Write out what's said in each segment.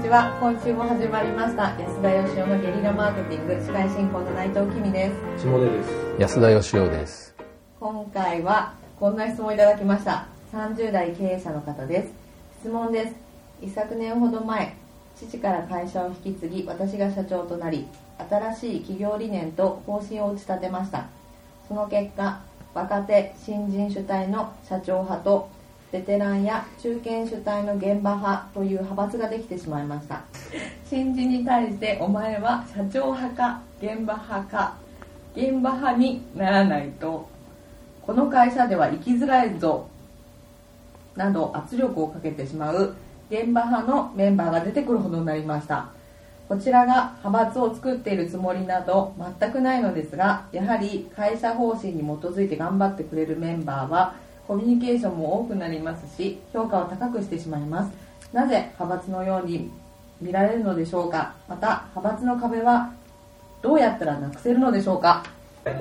ちは。今週も始まりました安田義雄のゲリラマーケティング、司会進行の内藤きみです。 下出です。 安田義雄です。 今回はこんな質問をいただきました。30代経営者の方です。質問です。一昨年ほど前、父から会社を引き継ぎ、私が社長となり、新しい企業理念と方針を打ち立てました。その結果、若手新人主体の社長派とベテランや中堅主体の現場派という派閥ができてしまいました。新人に対してお前は社長派か現場派か、現場派にならないとこの会社では生きづらいぞなど圧力をかけてしまう現場派のメンバーが出てくるほどになりました。こちらが派閥を作っているつもりなど全くないのですが、やはり会社方針に基づいて頑張ってくれるメンバーはコミュニケーションも多くなりますし、評価を高くしてしまいます。なぜ派閥のように見られるのでしょうか。また派閥の壁はどうやったらなくせるのでしょうか。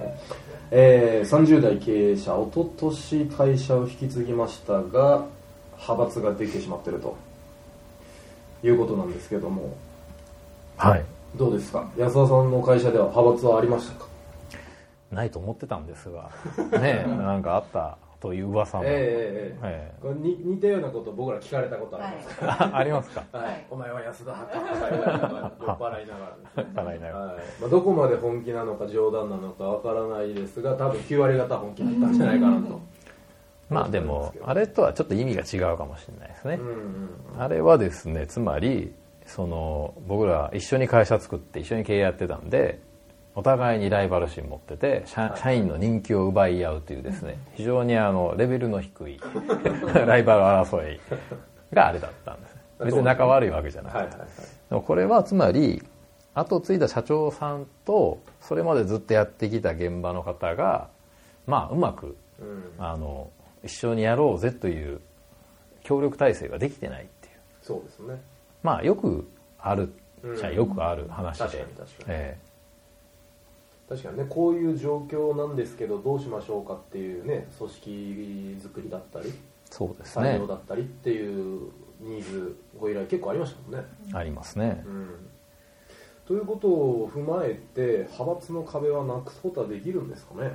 30代経営者、おととし会社を引き継ぎましたが、派閥ができてしまっているということなんですけども、 はい、 どうですか。安田さんの会社では派閥はありましたか。 ないと思ってたんですがね、なんかあったという噂も、 似たようなことを僕ら聞かれたことありますか、 はい、ありますか、 はい、お前は安田派かとか言われながら酔っ払いながらですね、どこまで本気なのか冗談なのかわからないですが、多分9割方本気だったんじゃないかなとまあでもあれとはちょっと意味が違うかもしれないですね、あれはですね、つまり僕ら一緒に会社作って一緒に経営やってたんで、お互いにライバル心持ってて、社員の人気を奪い合うというですね、非常にレベルの低いライバル争いがあれだったんです。別に仲悪いわけじゃなくて、でもこれはつまり後継いだ社長さんとそれまでずっとやってきた現場の方がうまく、一緒にやろうぜという協力体制ができてないっていう。 そうですね。 よくあるじゃよくある話で、 確かにね、こういう状況なんですけどどうしましょうかっていうね、組織作りだったり、 そうですね、 採用だったりっていうニーズ、ご依頼結構ありましたもんね。ありますね、ということを踏まえて派閥の壁はなくすことはできるんですかね。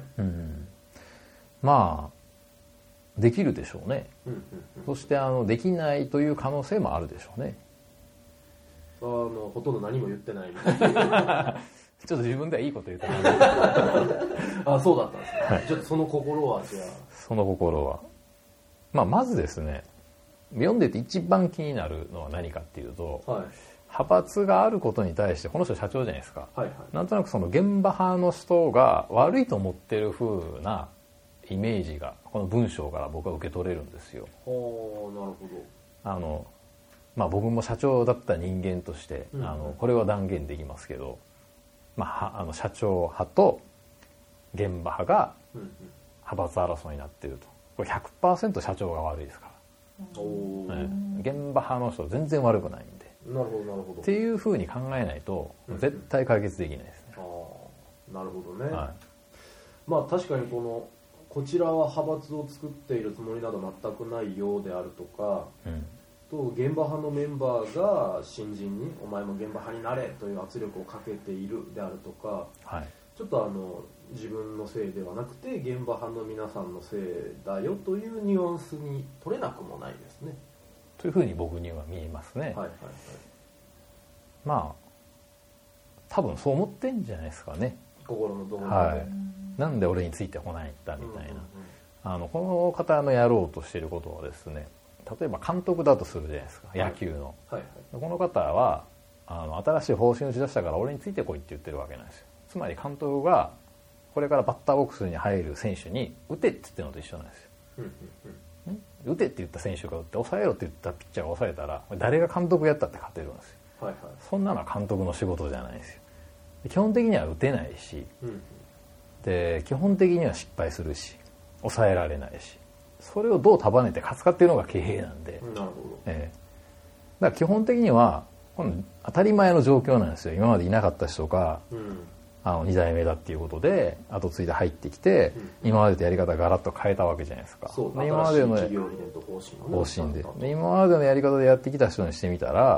できるでしょうね、そしてできないという可能性もあるでしょうね。 ほとんど何も言ってないみたいなちょっと自分ではいいこと言ってないそうだったんですね、はい、ちょっとその心はじゃあ。 その心はまずですね、読んでて一番気になるのは何かっていうと、派閥があることに対してこの人社長じゃないですか、なんとなくその現場派の人が悪いと思ってる風なイメージがこの文章から僕は受け取れるんですよ。 なるほど。 僕も社長だった人間として、これは断言できますけど、社長派と現場派が派閥争いになっていると、これ 100% 社長が悪いですから、現場派の人は全然悪くないんで。 なるほどなるほど。 っていうふうに考えないと絶対解決できないですね。 なるほどね、確かにこちらは派閥を作っているつもりなど全くないようであるとか、現場派のメンバーが新人にお前も現場派になれという圧力をかけているであるとか、ちょっと自分のせいではなくて現場派の皆さんのせいだよというニュアンスに取れなくもないですね。 というふうに僕には見えますね。多分そう思ってんじゃないですかね、 心のどこかで、なんで俺についてこないんだみたいな、この方のやろうとしていることはですね、例えば監督だとするじゃないですか、野球の、この方は新しい方針を打ち出したから俺についてこいって言ってるわけなんですよ。つまり監督がこれからバッターボックスに入る選手に打てって言ってるのと一緒なんですよ。打てって言った選手が打って、抑えろって言ったピッチャーが抑えたら誰が監督やったって勝てるんですよ。そんなのは監督の仕事じゃないですよ。基本的には打てないし、で基本的には失敗するし抑えられないし、それをどう束ねて勝つかっていうのが経営なんで、 なるほど、 だから基本的にはこの当たり前の状況なんですよ。今までいなかった人が、2代目だっていうことで後継いで入ってきて、今までとやり方ガラッと変えたわけじゃないですか。 今までの方針で今までのやり方でやってきた人にしてみたら、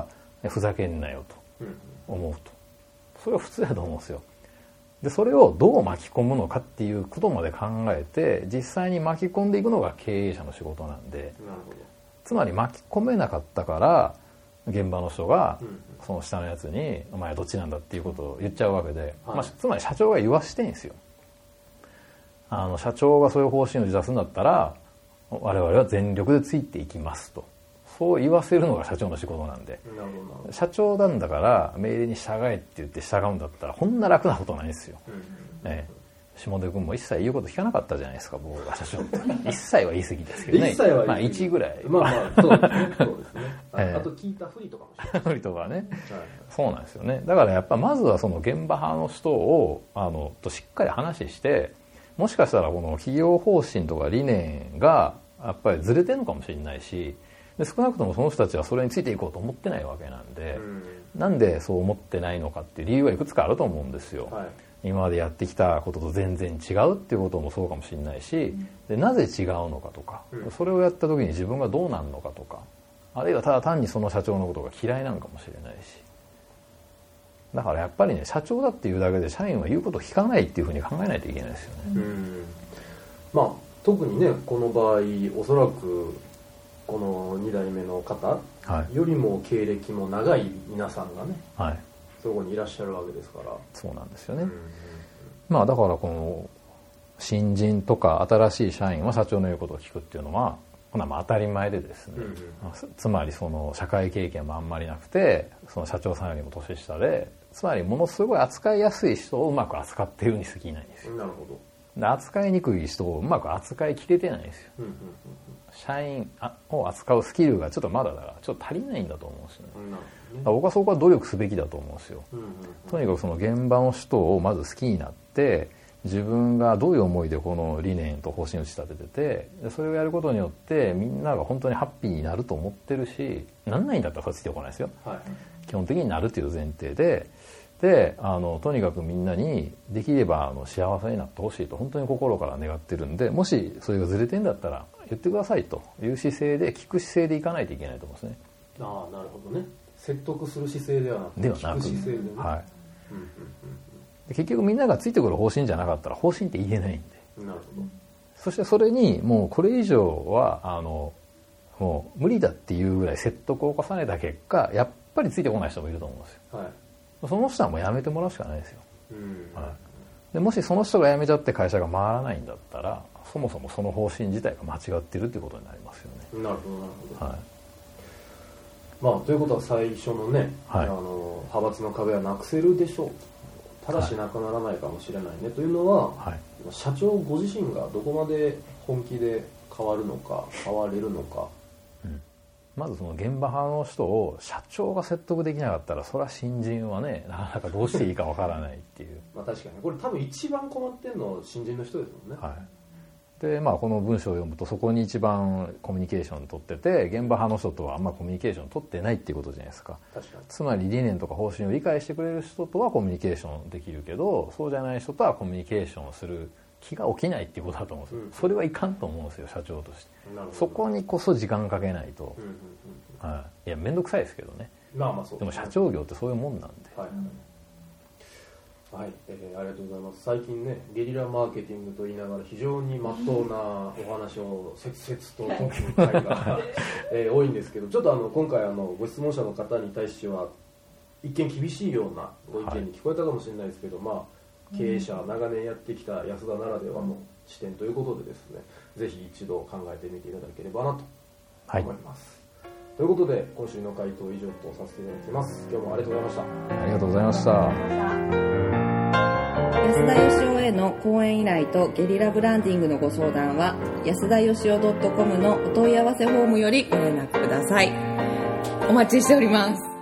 ふざけんなよと思うと、それは普通だと思うんですよ。でそれをどう巻き込むのかっていうことまで考えて実際に巻き込んでいくのが経営者の仕事なんで、つまり巻き込めなかったから現場の人がその下のやつに「お前はどっちなんだ」っていうことを言っちゃうわけで、つまり社長が言わしてんですよ。社長がそういう方針を打ち出すんだったら我々は全力でついていきますと、そう言わせるのが社長の仕事なんで、社長なんだから命令に従えって言って従うんだったらこんな楽なことないんですよ。下出君も一切言うこと聞かなかったじゃないですか、僕が社長一切は言い過ぎですけどね。 一切は言い過ぎ、 まあ1ぐらい、 まあそうですね、そうですね。あと聞いたふりとかもしれない。 ふりとかね、そうなんですよね。だからやっぱまずはその現場派の人をとしっかり話して、もしかしたらこの企業方針とか理念がやっぱりずれてるのかもしれないし、で少なくともその人たちはそれについていこうと思ってないわけなんで、なんでそう思ってないのかっていう理由はいくつかあると思うんですよ。今までやってきたことと全然違うっていうこともそうかもしれないし、でなぜ違うのかとか、それをやった時に自分がどうなるのかとか、あるいはただ単にその社長のことが嫌いなのかもしれないし、だからやっぱりね、社長だっていうだけで社員は言うことを聞かないっていうふうに考えないといけないですよね。 まあ特にね、この場合おそらくこの2代目の方よりも経歴も長い皆さんがね、そこにいらっしゃるわけですから。そうなんですよね。 まあだからこの新人とか新しい社員は社長の言うことを聞くっていうのはまあ当たり前でですね、つまりその社会経験もあんまりなくて、その社長さんよりも年下で、つまりものすごい扱いやすい人をうまく扱っているに過ぎないんですよ。 なるほど。 で扱いにくい人をうまく扱いきれてないんですよ。社員を扱うスキルがちょっとまだだからちょっと足りないんだと思うんですよね。僕はそこは努力すべきだと思うんですよ。とにかくその現場の人をまず好きになって、自分がどういう思いでこの理念と方針を打ち立ててて、でそれをやることによってみんなが本当にハッピーになると思ってるし、なんないんだったらそれついてこないですよ、基本的になるという前提で、とにかくみんなにできれば幸せになってほしいと本当に心から願ってるんで、もしそれがずれてんだったら言ってくださいという姿勢で、聞く姿勢でいかないといけないと思うんですね。 ああ、なるほどね。説得する姿勢ではなくて聞く姿勢でね。 結局みんながついてくる方針じゃなかったら方針って言えないんで。 なるほど。 そしてそれにもうこれ以上はもう無理だっていうぐらい説得を重ねた結果、やっぱりついてこない人もいると思うんですよ。その人はもう辞めてもらうしかないですよ。でもしその人が辞めちゃって会社が回らないんだったら、そもそもその方針自体が間違ってるっていうことになりますよね。 なるほどなるほど。まあということは最初のね、派閥の壁はなくせるでしょう。ただしなくならないかもしれないねというのは、社長ご自身がどこまで本気で変わるのか変われるのか、 まずその現場派の人を社長が説得できなかったら、それは新人はねなかなかどうしていいかわからないっていうまあ確かにこれ多分一番困ってるのは新人の人ですもんね。 でこの文章を読むとそこに一番コミュニケーション取ってて、現場派の人とはあんまコミュニケーション取ってないっていうことじゃないですか。つまり理念とか方針を理解してくれる人とはコミュニケーションできるけど、そうじゃない人とはコミュニケーションをする気が起きないっていうことだと思うんですよ。それはいかんと思うんですよ、社長として。そこにこそ時間かけないと、いや面倒くさいですけどね。でも社長業ってそういうもんなんで。 ありがとうございます。最近ね、ゲリラマーケティングと言いながら非常に真っ当なお話を切々と解く回が多いんですけど、ちょっと今回ご質問者の方に対しては一見厳しいようなご意見に聞こえたかもしれないですけど、経営者長年やってきた安田ならではの視点ということでですね、ぜひ一度考えてみていただければなと思います。ということで今週の回答以上とさせていただきます。今日もありがとうございました。 ありがとうございました。 安田義雄への講演依頼とゲリラブランディングのご相談は安田義雄 .com のお問い合わせフォームよりご連絡ください。お待ちしております。